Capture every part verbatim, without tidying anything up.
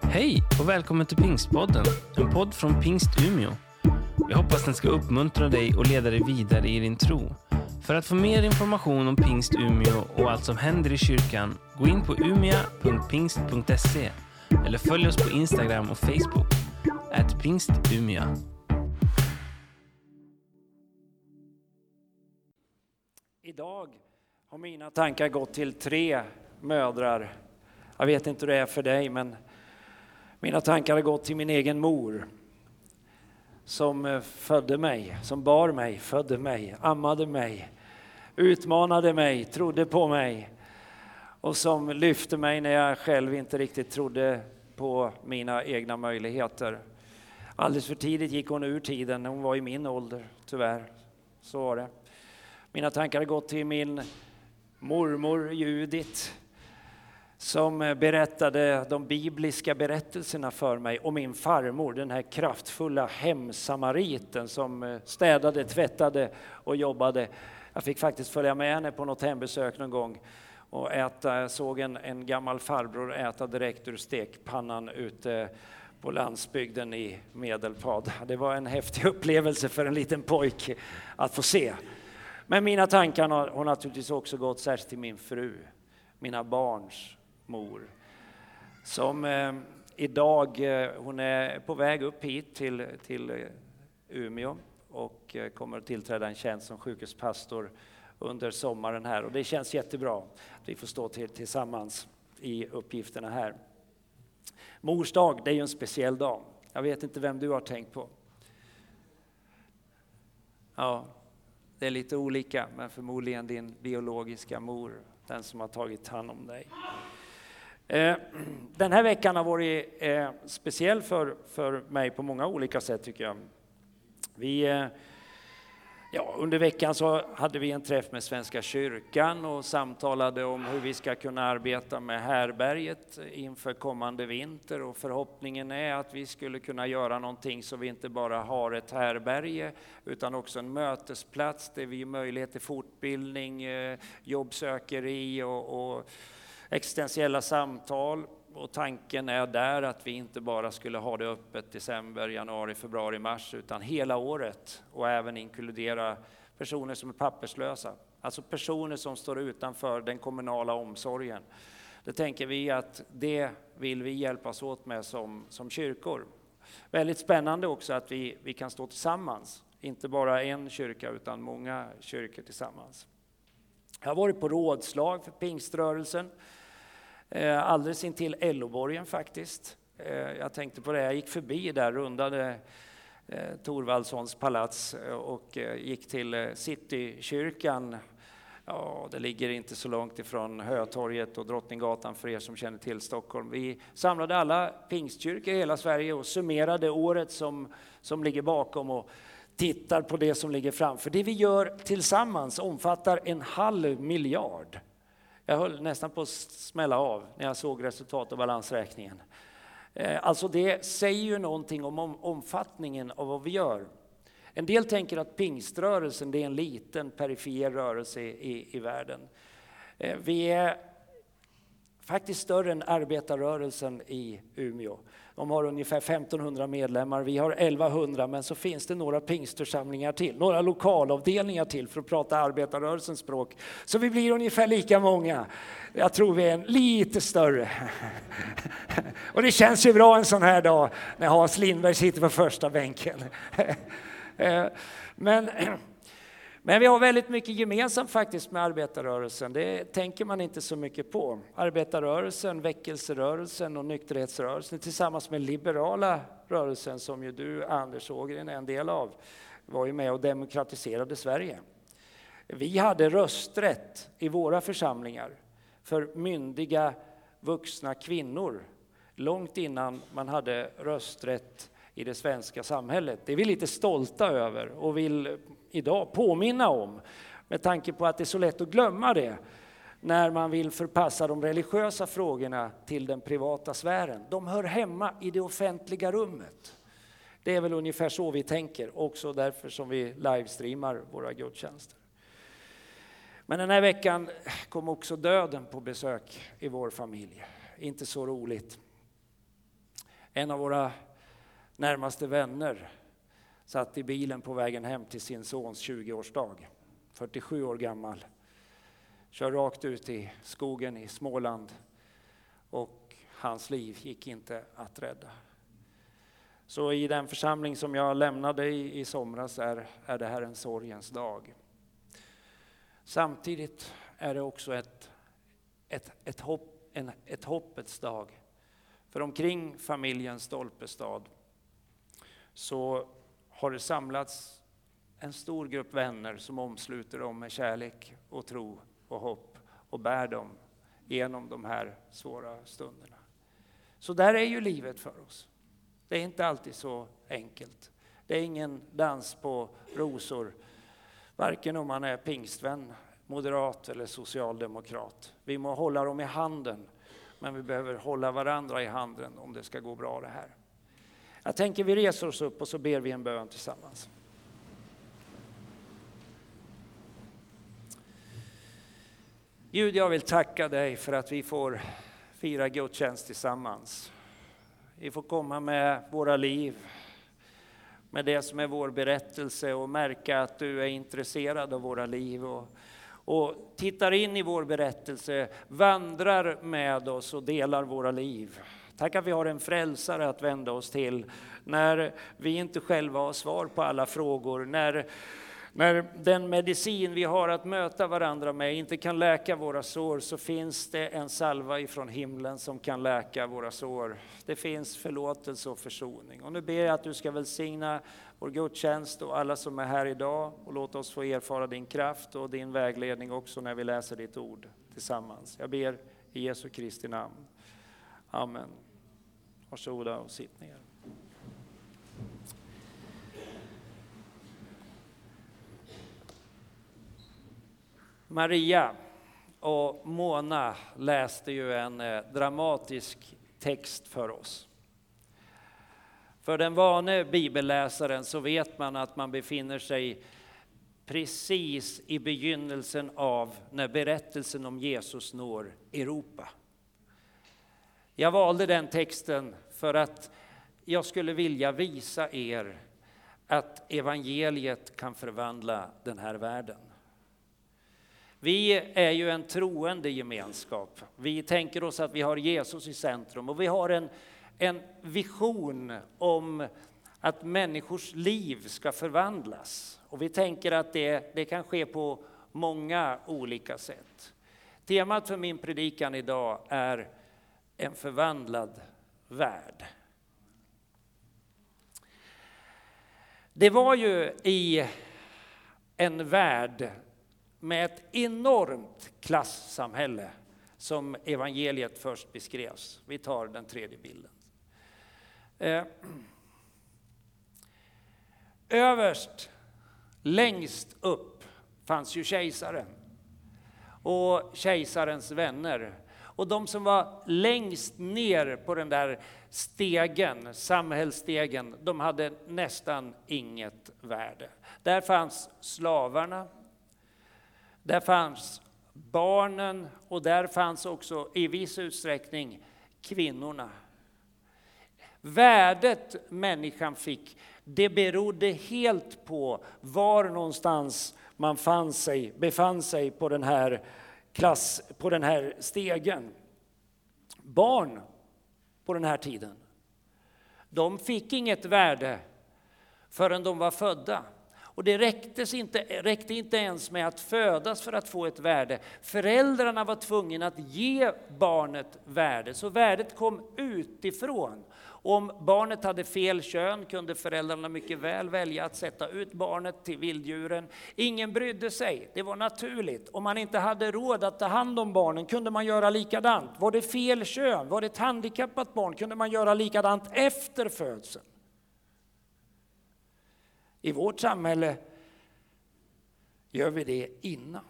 Hej och välkommen till Pingstpodden, en podd från Pingst Umeå. Jag hoppas den ska uppmuntra dig och leda dig vidare i din tro. För att få mer information om Pingst Umeå och allt som händer i kyrkan, gå in på umea punkt pingst punkt se eller följ oss på Instagram och Facebook, at pingstumea. Idag har mina tankar gått till tre mödrar. Jag vet inte hur det är för dig, men mina tankar har gått till min egen mor. Som födde mig, som bar mig, födde mig, ammade mig, utmanade mig, trodde på mig. Och som lyfte mig när jag själv inte riktigt trodde på mina egna möjligheter. Alldeles för tidigt gick hon ur tiden, hon var i min ålder, tyvärr. Så var det. Mina tankar har gått till min mormor Judit, som berättade de bibliska berättelserna för mig, och min farmor, den här kraftfulla hemsamariten som städade, tvättade och jobbade. Jag fick faktiskt följa med henne på något hembesök någon gång och äta. Jag såg en, en gammal farbror äta direkt ur stekpannan ute på landsbygden i Medelpad. Det var en häftig upplevelse för en liten pojk att få se. Men mina tankar har, har naturligtvis också gått särskilt till min fru, mina barns mor. Som eh, idag, eh, hon är på väg upp hit till, till eh, Umeå och eh, kommer att tillträda en tjänst som sjukhuspastor under sommaren här. Och det känns jättebra att vi får stå till, tillsammans i uppgifterna här. Mors dag, det är ju en speciell dag. Jag vet inte vem du har tänkt på. Ja, det är lite olika, men förmodligen din biologiska mor, den som har tagit hand om dig. Den här veckan har varit speciell för, för mig på många olika sätt, tycker jag. Vi, ja, under veckan så hade vi en träff med Svenska kyrkan och samtalade om hur vi ska kunna arbeta med härberget inför kommande vinter. Och förhoppningen är att vi skulle kunna göra någonting så vi inte bara har ett härberge utan också en mötesplats där vi har möjlighet till fortbildning, jobbsökeri och, och existentiella samtal. Och tanken är där att vi inte bara skulle ha det öppet december, januari, februari, mars utan hela året, och även inkludera personer som är papperslösa. Alltså personer som står utanför den kommunala omsorgen. Det tänker vi att det vill vi hjälpas åt med som, som kyrkor. Väldigt spännande också att vi, vi kan stå tillsammans. Inte bara en kyrka utan många kyrkor tillsammans. Jag har varit på rådslag för pingströrelsen. Alldeles in till Elloborgen faktiskt. Jag tänkte på det, jag gick förbi där, rundade Thorvaldssons palats och gick till Citykyrkan. Ja, det ligger inte så långt ifrån Hötorget och Drottninggatan för er som känner till Stockholm. Vi samlade alla pingstkyrkor i hela Sverige och summerade året som, som ligger bakom och tittar på det som ligger framför. Det vi gör tillsammans omfattar en halv miljard. Jag höll nästan på att smälla av när jag såg resultat och balansräkningen. Alltså det säger ju någonting om omfattningen av vad vi gör. En del tänker att pingströrelsen det är en liten perifer rörelse i, i världen. Vi är faktiskt större än arbetarrörelsen i Umeå. De har ungefär femtonhundra medlemmar, vi har elvahundra, men så finns det några pingstförsamlingar till. Några lokalavdelningar till för att prata arbetarrörelsens språk. Så vi blir ungefär lika många. Jag tror vi är en lite större. Och det känns ju bra en sån här dag när Hans Lindberg sitter på första bänken. Men... Men vi har väldigt mycket gemensamt faktiskt med arbetarrörelsen. Det tänker man inte så mycket på. Arbetarrörelsen, väckelserörelsen och nykterhetsrörelsen tillsammans med liberala rörelsen som ju du, Anders Ågren, är en del av, var ju med och demokratiserade Sverige. Vi hade rösträtt i våra församlingar för myndiga vuxna kvinnor långt innan man hade rösträtt i det svenska samhället. Det är vi lite stolta över och vill idag påminna om, med tanke på att det är så lätt att glömma det när man vill förpassa de religiösa frågorna till den privata sfären. De hör hemma i det offentliga rummet. Det är väl ungefär så vi tänker, också därför som vi livestreamar våra gudstjänster. Men den här veckan kom också döden på besök i vår familj. Inte så roligt. En av våra närmaste vänner satt i bilen på vägen hem till sin sons tjugoårsdag. fyrtiosju år gammal. Kör rakt ut i skogen i Småland. Och hans liv gick inte att rädda. Så i den församling som jag lämnade i, i somras är, är det här en sorgens dag. Samtidigt är det också ett, ett, ett, hopp, en, ett hoppets dag. För omkring familjens Stolpestad så har det samlats en stor grupp vänner som omsluter dem med kärlek och tro och hopp och bär dem genom de här svåra stunderna. Så där är ju livet för oss. Det är inte alltid så enkelt. Det är ingen dans på rosor, varken om man är pingstvän, moderat eller socialdemokrat. Vi må hålla dem i handen, men vi behöver hålla varandra i handen om det ska gå bra det här. Jag tänker vi reser oss upp och så ber vi en bön tillsammans. Gud, jag vill tacka dig för att vi får fira gudstjänst tillsammans. Vi får komma med våra liv, med det som är vår berättelse och märka att du är intresserad av våra liv och, och tittar in i vår berättelse, vandrar med oss och delar våra liv. Tack att vi har en frälsare att vända oss till när vi inte själva har svar på alla frågor, när När den medicin vi har att möta varandra med inte kan läka våra sår, så finns det en salva ifrån himlen som kan läka våra sår. Det finns förlåtelse och försoning. Och nu ber jag att du ska välsigna vår gudstjänst och alla som är här idag. Och låt oss få erfara din kraft och din vägledning också när vi läser ditt ord tillsammans. Jag ber i Jesu Kristi namn. Amen. Varsågoda och sitt ner. Maria och Mona läste ju en dramatisk text för oss. För den vane bibelläsaren så vet man att man befinner sig precis i begynnelsen av när berättelsen om Jesus når Europa. Jag valde den texten för att jag skulle vilja visa er att evangeliet kan förvandla den här världen. Vi är ju en troende gemenskap. Vi tänker oss att vi har Jesus i centrum och vi har en, en vision om att människors liv ska förvandlas. Och vi tänker att det, det kan ske på många olika sätt. Temat för min predikan idag är en förvandlad värld. Det var ju i en värld med ett enormt klassamhälle som evangeliet först beskrevs. Vi tar den tredje bilden. Eh, överst, längst upp, fanns ju kejsaren och kejsarens vänner. Och de som var längst ner på den där stegen, samhällsstegen, de hade nästan inget värde. Där fanns slavarna. Där fanns barnen och där fanns också i viss utsträckning kvinnorna. Värdet människan fick, det berodde helt på var någonstans man fann sig, befann sig på den här klass, på den här stegen. Barn på den här tiden, de fick inget värde förrän de var födda. Och det räcktes inte, räckte inte ens med att födas för att få ett värde. Föräldrarna var tvungna att ge barnet värde. Så värdet kom utifrån. Och om barnet hade fel kön kunde föräldrarna mycket väl välja att sätta ut barnet till vilddjuren. Ingen brydde sig, det var naturligt. Om man inte hade råd att ta hand om barnen kunde man göra likadant. Var det fel kön, var det ett handikappat barn kunde man göra likadant efter födseln. I vårt samhälle gör vi det innan.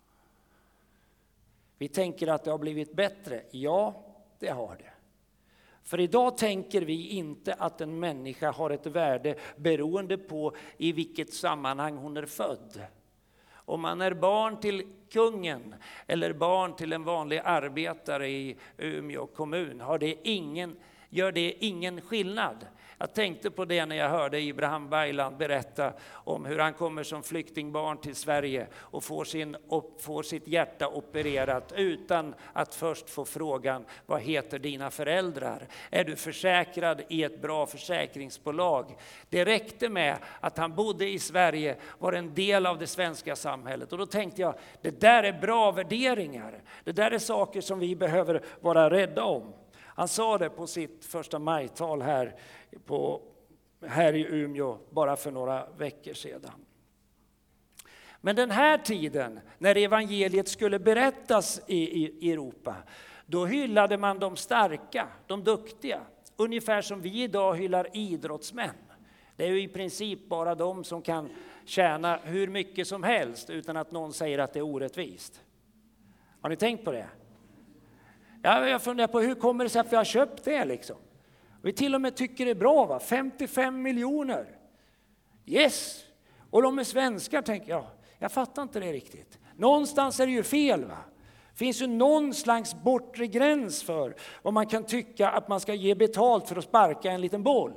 Vi tänker att det har blivit bättre. Ja, det har det. För idag tänker vi inte att en människa har ett värde beroende på i vilket sammanhang hon är född. Om man är barn till kungen eller barn till en vanlig arbetare i Umeå kommun har det ingen gör det ingen skillnad. Jag tänkte på det när jag hörde Ibrahim Baylan berätta om hur han kommer som flyktingbarn till Sverige och får, sin, får sitt hjärta opererat utan att först få frågan: vad heter dina föräldrar? Är du försäkrad i ett bra försäkringsbolag? Det räckte med att han bodde i Sverige, var en del av det svenska samhället. Och då tänkte jag, det där är bra värderingar. Det där är saker som vi behöver vara rädda om. Han sa det på sitt första majtal här, på, här i Umeå bara för några veckor sedan. Men den här tiden, när evangeliet skulle berättas i, i Europa, då hyllade man de starka, de duktiga. Ungefär som vi idag hyllar idrottsmän. Det är ju i princip bara de som kan tjäna hur mycket som helst utan att någon säger att det är orättvist. Har ni tänkt på det? Ja, jag funderar på hur kommer det sig att vi har köpt det liksom. Vi till och med tycker det är bra, va? femtiofem miljoner. Yes! Och de är svenskar, tänker jag. Jag fattar inte det riktigt. Någonstans är det ju fel, va? Det finns ju någon slags bortre gräns för vad man kan tycka att man ska ge betalt för att sparka en liten boll.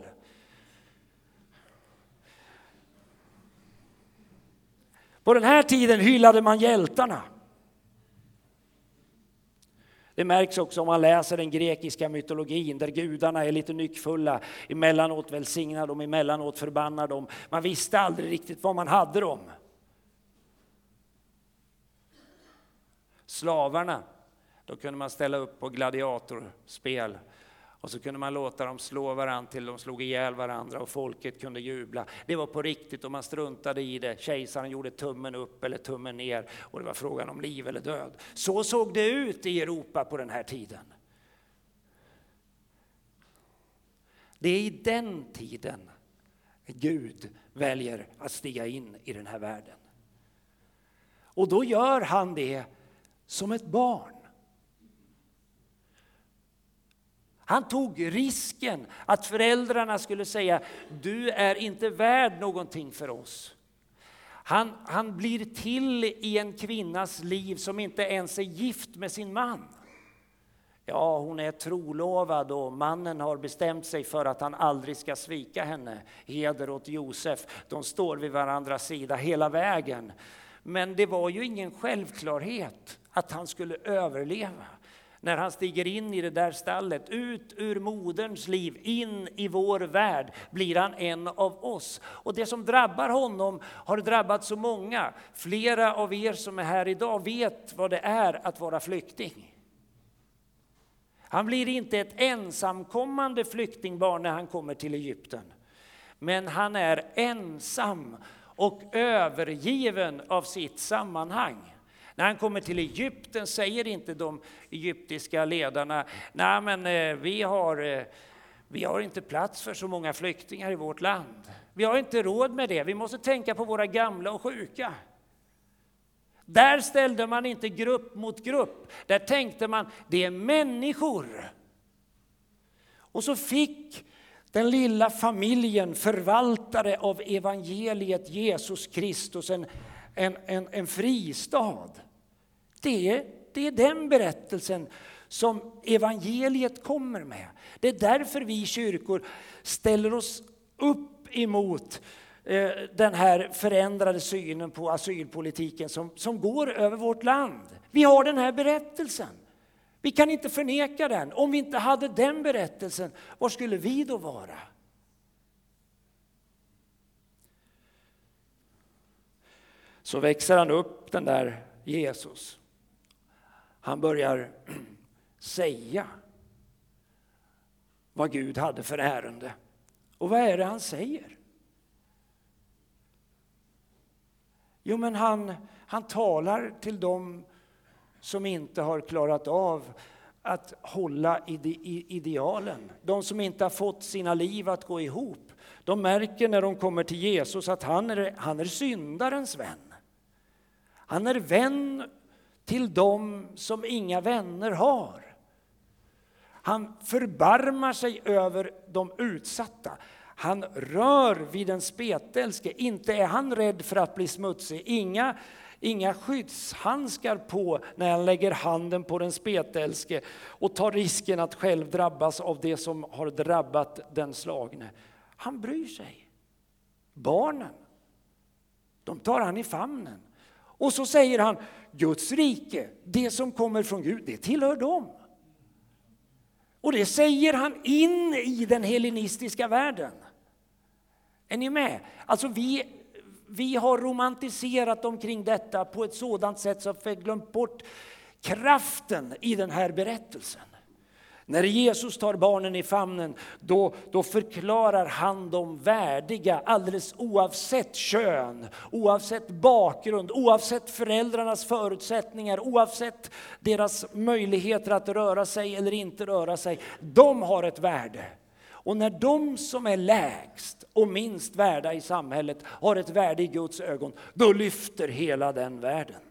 På den här tiden hyllade man hjältarna. Det märks också om man läser den grekiska mytologin där gudarna är lite nyckfulla. Emellanåt välsignar de, emellanåt förbannar de. Man visste aldrig riktigt vad man hade dem. Slavarna, då kunde man ställa upp på gladiatorspel. Och så kunde man låta dem slå varandra till de slog ihjäl varandra och folket kunde jubla. Det var på riktigt och man struntade i det. Kejsaren gjorde tummen upp eller tummen ner och det var frågan om liv eller död. Så såg det ut i Europa på den här tiden. Det är i den tiden Gud väljer att stiga in i den här världen. Och då gör han det som ett barn. Han tog risken att föräldrarna skulle säga: du är inte värd någonting för oss. Han, han blir till i en kvinnas liv som inte ens är gift med sin man. Ja, hon är trolovad och mannen har bestämt sig för att han aldrig ska svika henne. Heder åt Josef, de står vid varandras sida hela vägen. Men det var ju ingen självklarhet att han skulle överleva. När han stiger in i det där stallet, ut ur moderns liv, in i vår värld, blir han en av oss. Och det som drabbar honom har drabbat så många. Flera av er som är här idag vet vad det är att vara flykting. Han blir inte ett ensamkommande flyktingbarn när han kommer till Egypten. Men han är ensam och övergiven av sitt sammanhang. När han kommer till Egypten säger inte de egyptiska ledarna: nej men eh, vi, har, eh, vi har inte plats för så många flyktingar i vårt land. Vi har inte råd med det, vi måste tänka på våra gamla och sjuka. Där ställde man inte grupp mot grupp, där tänkte man det är människor. Och så fick den lilla familjen, förvaltare av evangeliet Jesus Kristus, en, en, en, en fristad. Det är, det är den berättelsen som evangeliet kommer med. Det är därför vi kyrkor ställer oss upp emot eh, den här förändrade synen på asylpolitiken som, som går över vårt land. Vi har den här berättelsen. Vi kan inte förneka den. Om vi inte hade den berättelsen, var skulle vi då vara? Så växer han upp, den där Jesus. Han börjar säga vad Gud hade för ärende. Och vad är det han säger? Jo, men han, han talar till dem som inte har klarat av att hålla ide, idealen. De som inte har fått sina liv att gå ihop. De märker när de kommer till Jesus att han är, han är syndarens vän. Han är vän till dem som inga vänner har. Han förbarmar sig över de utsatta. Han rör vid den spetälske. Inte är han rädd för att bli smutsig. Inga, inga skyddshandskar på när han lägger handen på den spetälske och tar risken att själv drabbas av det som har drabbat den slagne. Han bryr sig. Barnen, de tar han i famnen. Och så säger han, Guds rike, det som kommer från Gud, det tillhör dem. Och det säger han in i den hellenistiska världen. Är ni med? Alltså vi, vi har romantiserat omkring detta på ett sådant sätt så att vi har glömt bort kraften i den här berättelsen. När Jesus tar barnen i famnen, då, då förklarar han dem värdiga alldeles oavsett kön, oavsett bakgrund, oavsett föräldrarnas förutsättningar, oavsett deras möjligheter att röra sig eller inte röra sig. De har ett värde. Och när de som är lägst och minst värda i samhället har ett värde i Guds ögon, då lyfter hela den världen.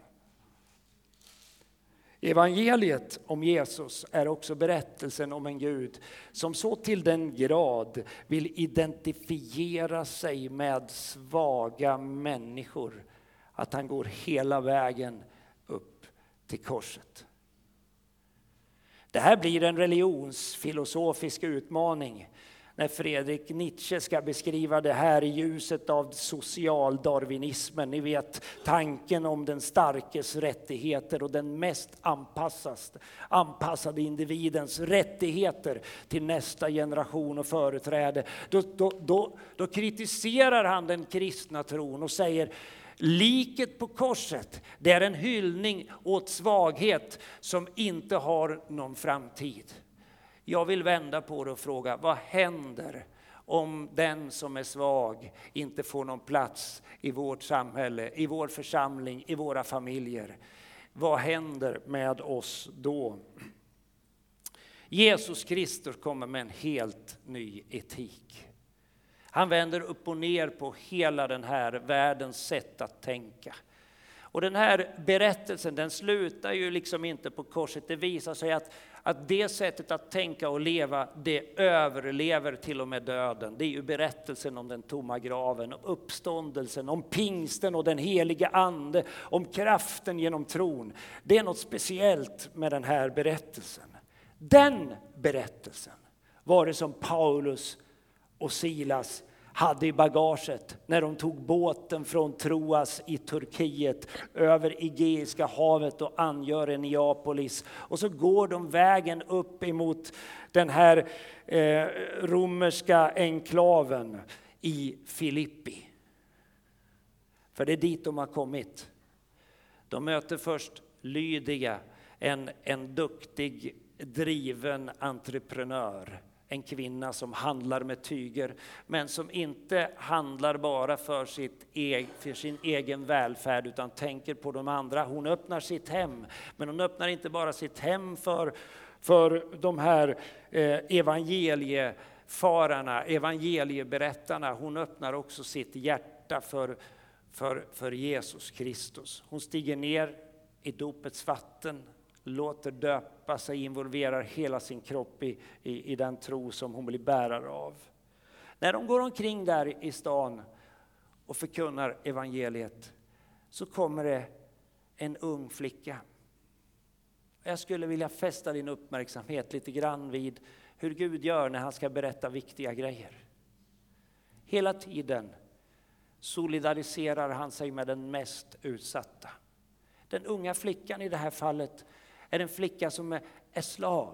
Evangeliet om Jesus är också berättelsen om en Gud som så till den grad vill identifiera sig med svaga människor att han går hela vägen upp till korset. Det här blir en religionsfilosofisk utmaning när Friedrich Nietzsche ska beskriva det här i ljuset av socialdarwinismen. Ni vet tanken om den starkes rättigheter och den mest anpassade individens rättigheter till nästa generation och företräde. Då, då, då, då kritiserar han den kristna tron och säger: liket på korset, det är en hyllning åt svaghet som inte har någon framtid. Jag vill vända på det och fråga, vad händer om den som är svag inte får någon plats i vårt samhälle, i vår församling, i våra familjer? Vad händer med oss då? Jesus Kristus kommer med en helt ny etik. Han vänder upp och ner på hela den här världens sätt att tänka. Och den här berättelsen, den slutar ju liksom inte på korset. Det visar sig att, att det sättet att tänka och leva, det överlever till och med döden. Det är ju berättelsen om den tomma graven, om uppståndelsen, om pingsten och den heliga ande, om kraften genom tron. Det är något speciellt med den här berättelsen. Den berättelsen var det som Paulus och Silas hade i bagaget när de tog båten från Troas i Turkiet över Egeiska havet och angör i Neapolis. Och så går de vägen upp emot den här eh, romerska enklaven i Filippi. För det är dit de har kommit. De möter först Lydia, en, en duktig, driven entreprenör. En kvinna som handlar med tyger, men som inte handlar bara för, sitt eg, för sin egen välfärd utan tänker på de andra. Hon öppnar sitt hem, men hon öppnar inte bara sitt hem för, för de här eh, evangeliefararna, evangelieberättarna. Hon öppnar också sitt hjärta för, för, för Jesus Kristus. Hon stiger ner i dopets vatten, låter döpa sig, involverar hela sin kropp i, i, i den tro som hon blir bärare av. När de går omkring där i stan och förkunnar evangeliet så kommer det en ung flicka. Jag skulle vilja fästa din uppmärksamhet lite grann vid hur Gud gör när han ska berätta viktiga grejer. Hela tiden solidariserar han sig med den mest utsatta. Den unga flickan i det här fallet är en flicka som är, är slav.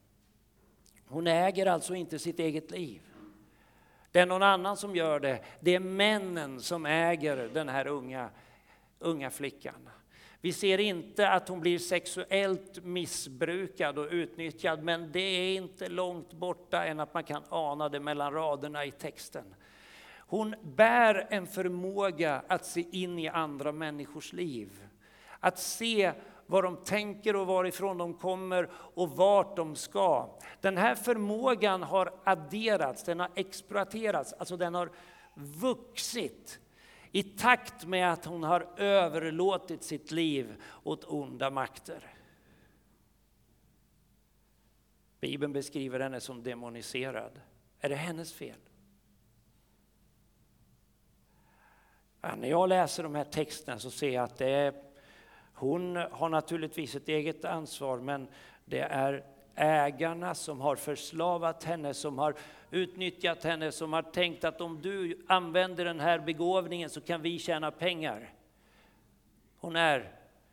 Hon äger alltså inte sitt eget liv. Det är någon annan som gör det. Det är männen som äger den här unga, unga flickan. Vi ser inte att hon blir sexuellt missbrukad och utnyttjad, men det är inte långt borta än att man kan ana det mellan raderna i texten. Hon bär en förmåga att se in i andra människors liv. Att se vad de tänker och varifrån de kommer och vart de ska. Den här förmågan har adderats, den har exploaterats, alltså den har vuxit i takt med att hon har överlåtit sitt liv åt onda makter. Bibeln beskriver henne som demoniserad. Är det hennes fel? Ja, när jag läser de här texterna så ser jag att det är, hon har naturligtvis ett eget ansvar, men det är ägarna som har förslavat henne, som har utnyttjat henne, som har tänkt att om du använder den här begåvningen så kan vi tjäna pengar. Hon är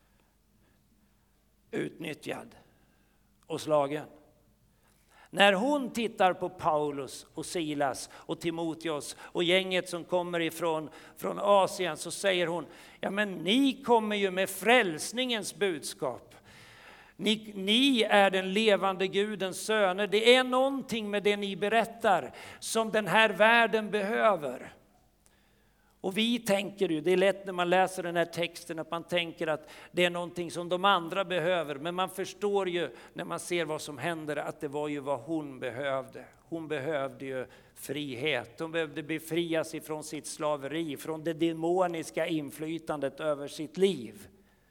utnyttjad och slagen. När hon tittar på Paulus och Silas och Timoteus och gänget som kommer ifrån från Asien, så säger hon: ja, men ni kommer ju med frälsningens budskap. Ni, ni är den levande Gudens söner. Det är någonting med det ni berättar som den här världen behöver. Och vi tänker ju, det är lätt när man läser den här texten att man tänker att det är någonting som de andra behöver. Men man förstår ju när man ser vad som händer att det var ju vad hon behövde. Hon behövde ju frihet. Hon behövde befrias ifrån sitt slaveri, från det demoniska inflytandet över sitt liv.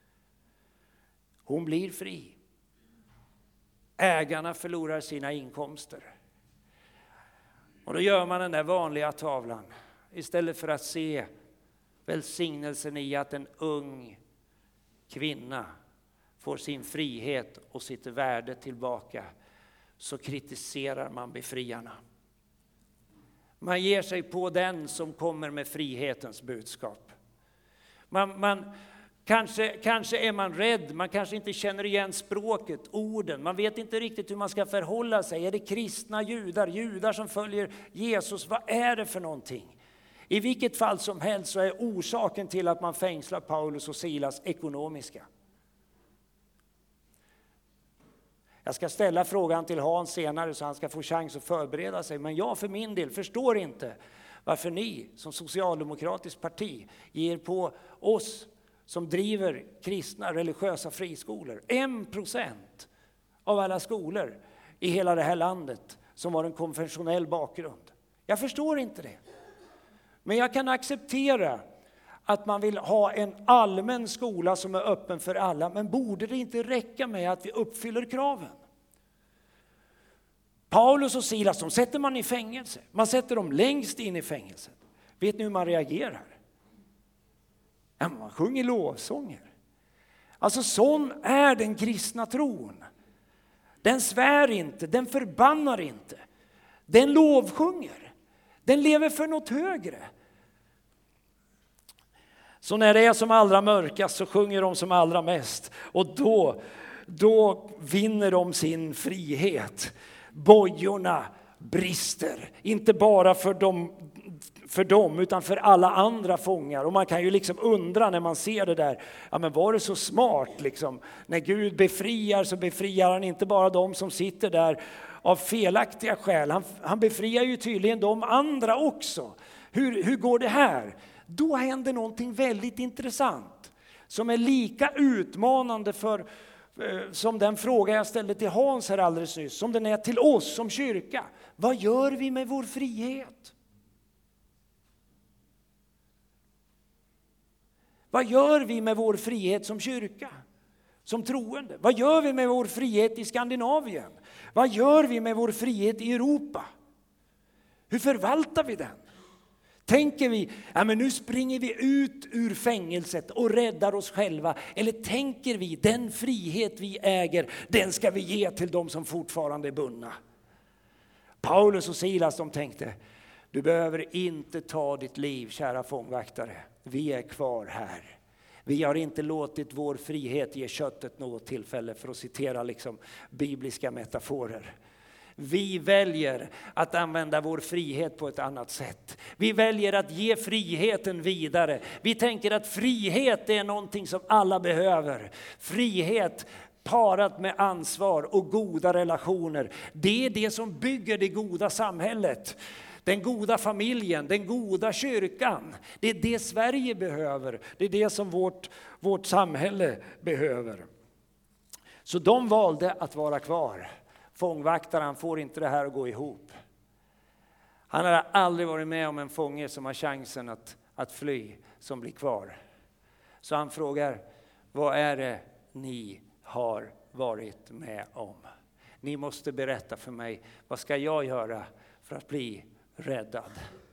Hon blir fri. Ägarna förlorar sina inkomster. Och då gör man den där vanliga tavlan. Istället för att se välsignelsen i att en ung kvinna får sin frihet och sitt värde tillbaka, så kritiserar man befriarna. Man ger sig på den som kommer med frihetens budskap. Man, man, kanske, kanske är man rädd, man kanske inte känner igen språket, orden. Man vet inte riktigt hur man ska förhålla sig. Är det kristna judar, judar som följer Jesus? Vad är det för någonting? I vilket fall som helst så är orsaken till att man fängslar Paulus och Silas ekonomiska. Jag ska ställa frågan till Hans senare så han ska få chans att förbereda sig. Men jag för min del förstår inte varför ni som socialdemokratiskt parti ger på oss som driver kristna religiösa friskolor. En procent av alla skolor i hela det här landet som har en konfessionell bakgrund. Jag förstår inte det. Men jag kan acceptera att man vill ha en allmän skola som är öppen för alla. Men borde det inte räcka med att vi uppfyller kraven? Paulus och Silas, de sätter man i fängelse. Man sätter dem längst in i fängelset. Vet ni hur man reagerar? Ja, man sjunger lovsånger. Alltså sån är den kristna tron. Den svär inte, den förbannar inte. Den lovsjunger. Den lever för något högre. Så när det är som allra mörkast så sjunger de som allra mest. Och då, då vinner de sin frihet. Bojorna brister. Inte bara för dem, för dem utan för alla andra fångar. Och man kan ju liksom undra när man ser det där. Ja, men var det så smart liksom? När Gud befriar så befriar han inte bara de som sitter där av felaktiga skäl. Han, han befriar ju tydligen de andra också. Hur, hur går det här? Då händer någonting väldigt intressant. Som är lika utmanande för, eh, som den fråga jag ställde till Hans här alldeles nyss. Som den är till oss som kyrka. Vad gör vi med vår frihet? Vad gör vi med vår frihet som kyrka? Som troende? Vad gör vi med vår frihet i Skandinavien? Vad gör vi med vår frihet i Europa? Hur förvaltar vi den? Tänker vi, ja men nu springer vi ut ur fängelset och räddar oss själva? Eller tänker vi, den frihet vi äger, den ska vi ge till de som fortfarande är bundna? Paulus och Silas, de tänkte, du behöver inte ta ditt liv, kära fångvaktare. Vi är kvar här. Vi har inte låtit vår frihet ge köttet något tillfälle, för att citera liksom bibliska metaforer. Vi väljer att använda vår frihet på ett annat sätt. Vi väljer att ge friheten vidare. Vi tänker att frihet är någonting som alla behöver. Frihet parat med ansvar och goda relationer. Det är det som bygger det goda samhället. Den goda familjen, den goda kyrkan. Det är det Sverige behöver. Det är det som vårt, vårt samhälle behöver. Så de valde att vara kvar. Fångvaktaren får inte det här att gå ihop. Han har aldrig varit med om en fånge som har chansen att, att fly, som blir kvar. Så han frågar, vad är det ni har varit med om? Ni måste berätta för mig, vad ska jag göra för att bli räddad?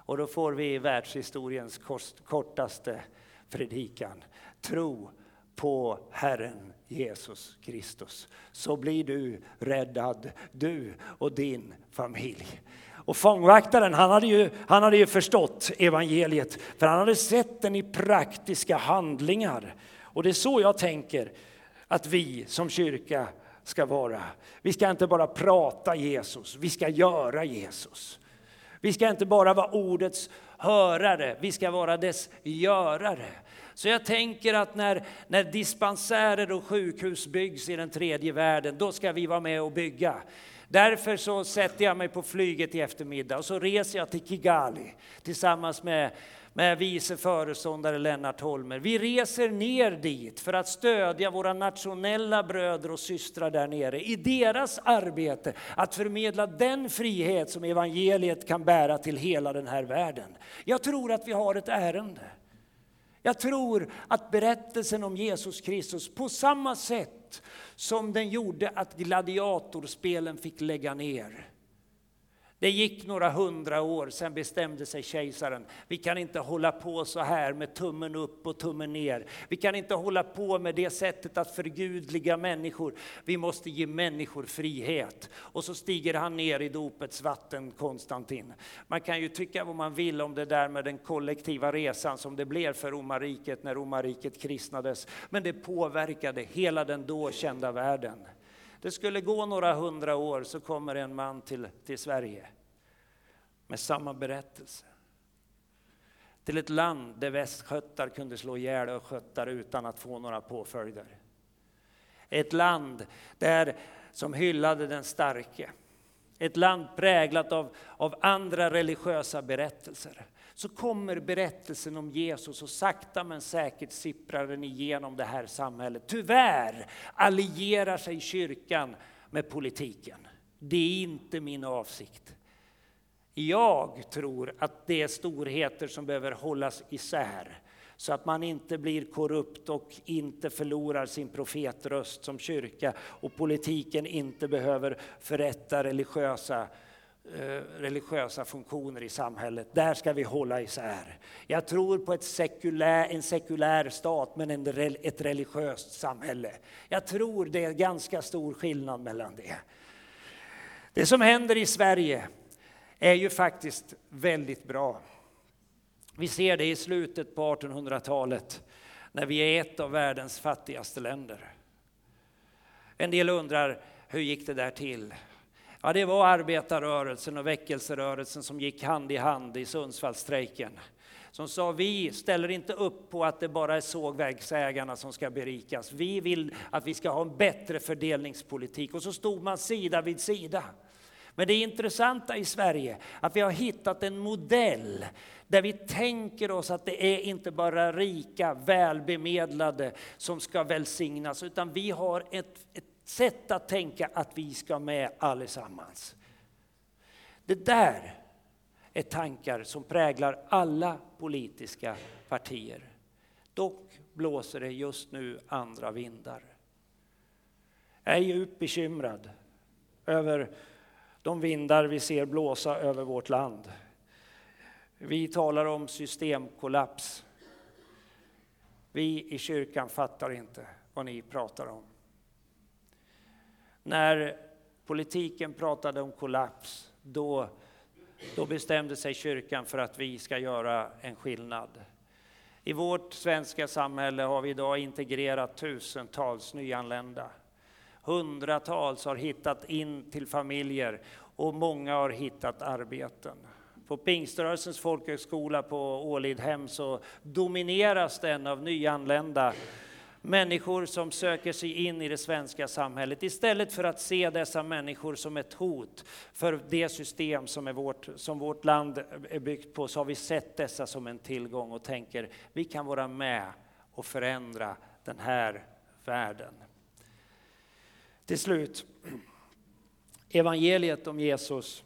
Och då får vi världshistoriens kortaste predikan. Tro på Herren Jesus Kristus. Så blir du räddad, du och din familj. Och fångvaktaren, han hade ju, han hade ju förstått evangeliet. För han hade sett den i praktiska handlingar. Och det är så jag tänker att vi som kyrka ska vara. Vi ska inte bara prata Jesus, vi ska göra Jesus. Vi ska inte bara vara ordets hörare, vi ska vara dess görare. Så jag tänker att när, när dispensärer och sjukhus byggs i den tredje världen, då ska vi vara med och bygga. Därför så sätter jag mig på flyget i eftermiddag och så reser jag till Kigali tillsammans med, med vice föreståndare Lennart Holmer. Vi reser ner dit för att stödja våra nationella bröder och systrar där nere i deras arbete att förmedla den frihet som evangeliet kan bära till hela den här världen. Jag tror att vi har ett ärende. Jag tror att berättelsen om Jesus Kristus på samma sätt som den gjorde att gladiatorspelen fick lägga ner. Det gick några hundra år, sen bestämde sig kejsaren. Vi kan inte hålla på så här med tummen upp och tummen ner. Vi kan inte hålla på med det sättet att förgudliga människor. Vi måste ge människor frihet. Och så stiger han ner i dopets vatten, Konstantin. Man kan ju tycka vad man vill om det där med den kollektiva resan som det blev för romarriket när romarriket kristnades. Men det påverkade hela den då kända världen. Det skulle gå några hundra år så kommer en man till, till Sverige med samma berättelse. Till ett land där västsköttar kunde slå ihjäl östgötar utan att få några påföljder. Ett land där som hyllade den starke. Ett land präglat av, av andra religiösa berättelser. Så kommer berättelsen om Jesus och sakta men säkert sipprar den igenom det här samhället. Tyvärr allierar sig kyrkan med politiken. Det är inte min avsikt. Jag tror att det är storheter som behöver hållas isär. Så att man inte blir korrupt och inte förlorar sin profetröst som kyrka. Och politiken inte behöver förrätta religiösa religiösa funktioner i samhället. Där ska vi hålla isär. Jag tror på ett sekulär, en sekulär stat men en, ett religiöst samhälle. Jag tror det är ganska stor skillnad mellan det. Det som händer i Sverige är ju faktiskt väldigt bra. Vi ser det i slutet på artonhundratalet när vi är ett av världens fattigaste länder. En del undrar, hur gick det där till? Ja, det var arbetarrörelsen och väckelserörelsen som gick hand i hand i Sundsvallsstrejken. Som sa, vi ställer inte upp på att det bara är sågverksägarna som ska berikas. Vi vill att vi ska ha en bättre fördelningspolitik. Och så stod man sida vid sida. Men det intressanta i Sverige att vi har hittat en modell där vi tänker oss att det är inte bara rika, välbemedlade som ska välsignas. Utan vi har ett, ett sätt att tänka att vi ska med allesammans. Det där är tankar som präglar alla politiska partier. Dock blåser det just nu andra vindar. Jag är djupt bekymrad över de vindar vi ser blåsa över vårt land. Vi talar om systemkollaps. Vi i kyrkan fattar inte vad ni pratar om. När politiken pratade om kollaps, då, då bestämde sig kyrkan för att vi ska göra en skillnad. I vårt svenska samhälle har vi idag integrerat tusentals nyanlända. Hundratals har hittat in till familjer och många har hittat arbeten. På Pingströrelsens folkhögskola på Ålidhem så domineras den av nyanlända människor som söker sig in i det svenska samhället. Istället för att se dessa människor som ett hot för det system som, är vårt, som vårt land är byggt på, så har vi sett dessa som en tillgång och tänker vi kan vara med och förändra den här världen. Till slut, evangeliet om Jesus,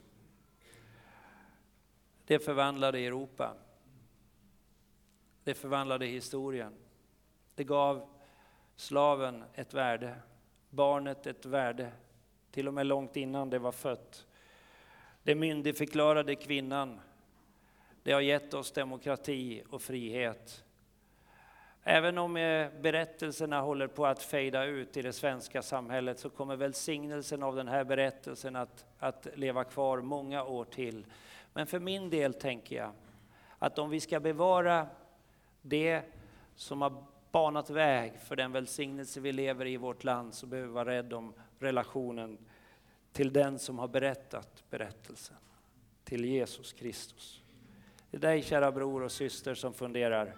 det förvandlade Europa. Det förvandlade historien. Det gav slaven ett värde, barnet ett värde, till och med långt innan det var fött. Det myndigförklarade kvinnan Det har gett oss demokrati och frihet. Även om berättelserna håller på att fejda ut i det svenska samhället så kommer välsignelsen av den här berättelsen att, att leva kvar många år till. Men för min del tänker jag att om vi ska bevara det som har banat väg för den välsignelse vi lever i vårt land, så behöver vi vara rädda om relationen till den som har berättat berättelsen, till Jesus Kristus. Det är dig, kära bror och syster, som funderar.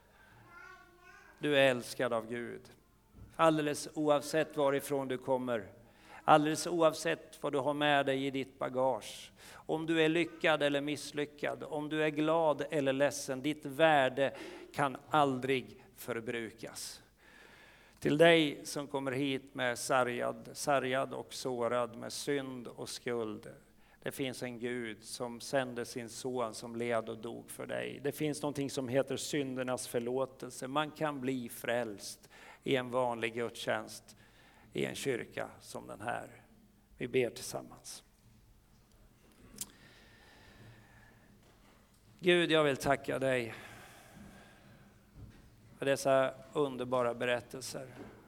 Du är älskad av Gud. Alldeles oavsett varifrån du kommer. Alldeles oavsett vad du har med dig i ditt bagage. Om du är lyckad eller misslyckad. Om du är glad eller ledsen. Ditt värde kan aldrig förbrukas. Till dig som kommer hit med sargad, sargad och sårad med synd och skuld. Det finns en Gud som sände sin son som led och dog för dig. Det finns någonting som heter syndernas förlåtelse. Man kan bli frälst i en vanlig gudstjänst i en kyrka som den här. Vi ber tillsammans. Gud, jag vill tacka dig för dessa underbara berättelser.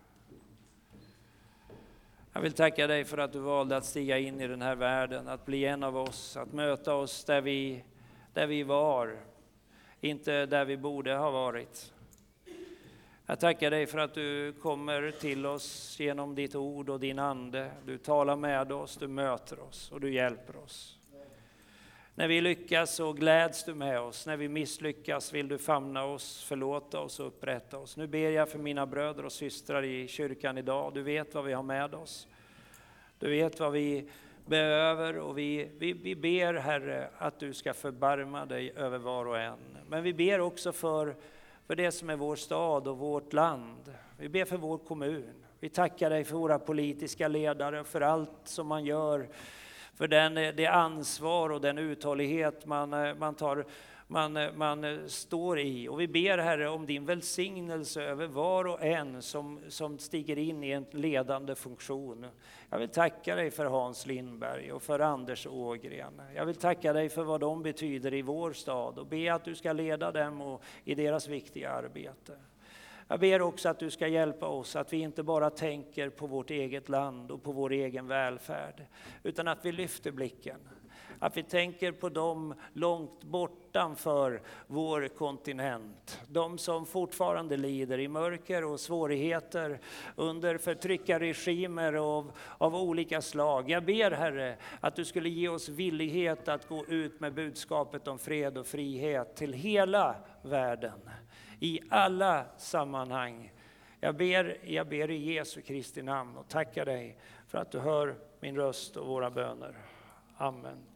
Jag vill tacka dig för att du valde att stiga in i den här världen, att bli en av oss, att möta oss där vi, där vi var, inte där vi borde ha varit. Jag tackar dig för att du kommer till oss genom ditt ord och din ande. Du talar med oss, du möter oss och du hjälper oss. När vi lyckas så gläds du med oss. När vi misslyckas vill du famna oss, förlåta oss och upprätta oss. Nu ber jag för mina bröder och systrar i kyrkan idag. Du vet vad vi har med oss. Du vet vad vi behöver och vi, vi, vi ber, Herre, att du ska förbarma dig över var och en. Men vi ber också för, för det som är vår stad och vårt land. Vi ber för vår kommun. Vi tackar dig för våra politiska ledare och för allt som man gör. För den, det ansvar och den uthållighet man, man, tar, man, man står i. Och vi ber, Herre, om din välsignelse över var och en som, som stiger in i en ledande funktion. Jag vill tacka dig för Hans Lindberg och för Anders Ågren. Jag vill tacka dig för vad de betyder i vår stad och be att du ska leda dem och, i deras viktiga arbete. Jag ber också att du ska hjälpa oss att vi inte bara tänker på vårt eget land och på vår egen välfärd, utan att vi lyfter blicken. Att vi tänker på dem långt bortanför vår kontinent. De som fortfarande lider i mörker och svårigheter under förtryckarregimer av, av olika slag. Jag ber, Herre, att du skulle ge oss villighet att gå ut med budskapet om fred och frihet till hela världen. I alla sammanhang. Jag ber, jag ber i Jesu Kristi namn och tackar dig för att du hör min röst och våra böner. Amen.